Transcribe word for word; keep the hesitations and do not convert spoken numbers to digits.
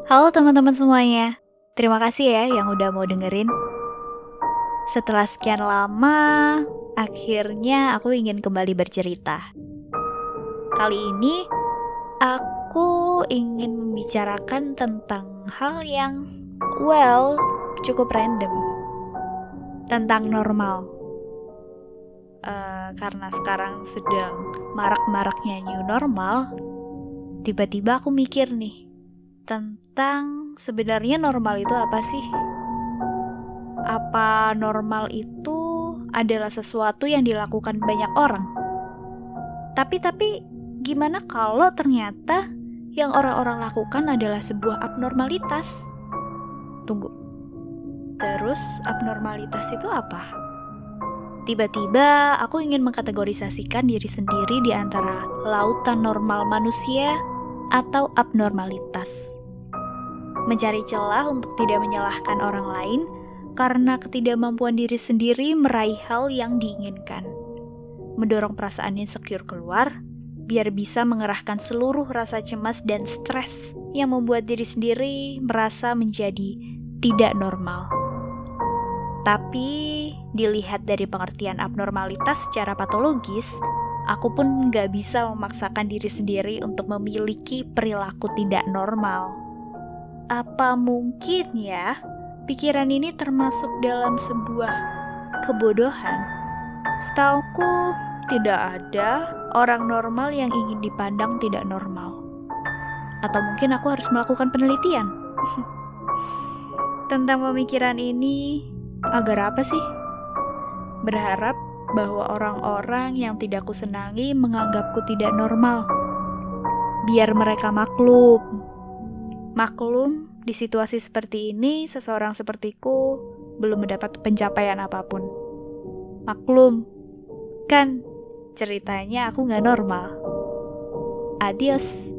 Halo teman-teman semuanya, terima kasih ya yang udah mau dengerin. Setelah sekian lama, akhirnya aku ingin kembali bercerita. Kali ini, aku ingin membicarakan tentang hal yang, well, cukup random. Tentang normal. Uh, karena sekarang sedang marak-maraknya new normal, tiba-tiba aku mikir nih, tentang sebenarnya normal itu apa sih? Apa normal itu adalah sesuatu yang dilakukan banyak orang? Tapi tapi gimana kalau ternyata yang orang-orang lakukan adalah sebuah abnormalitas? Tunggu. Terus abnormalitas itu apa? Tiba-tiba aku ingin mengkategorisasikan diri sendiri di antara lautan normal manusia atau abnormalitas. Mencari celah untuk tidak menyalahkan orang lain karena ketidakmampuan diri sendiri meraih hal yang diinginkan. Mendorong perasaan insecure keluar, biar bisa mengerahkan seluruh rasa cemas dan stres yang membuat diri sendiri merasa menjadi tidak normal. Tapi, dilihat dari pengertian abnormalitas secara patologis, aku pun gak bisa memaksakan diri sendiri untuk memiliki perilaku tidak normal. Apa mungkin ya, pikiran ini termasuk dalam sebuah kebodohan? Setauku, tidak ada orang normal yang ingin dipandang tidak normal. Atau mungkin aku harus melakukan penelitian. Tentang pemikiran ini, agar apa sih? Berharap bahwa orang-orang yang tidak kusenangi menganggapku tidak normal. Biar mereka maklum. Maklum, di situasi seperti ini, seseorang sepertiku belum mendapat pencapaian apapun. Maklum, kan ceritanya aku gak normal. Adios.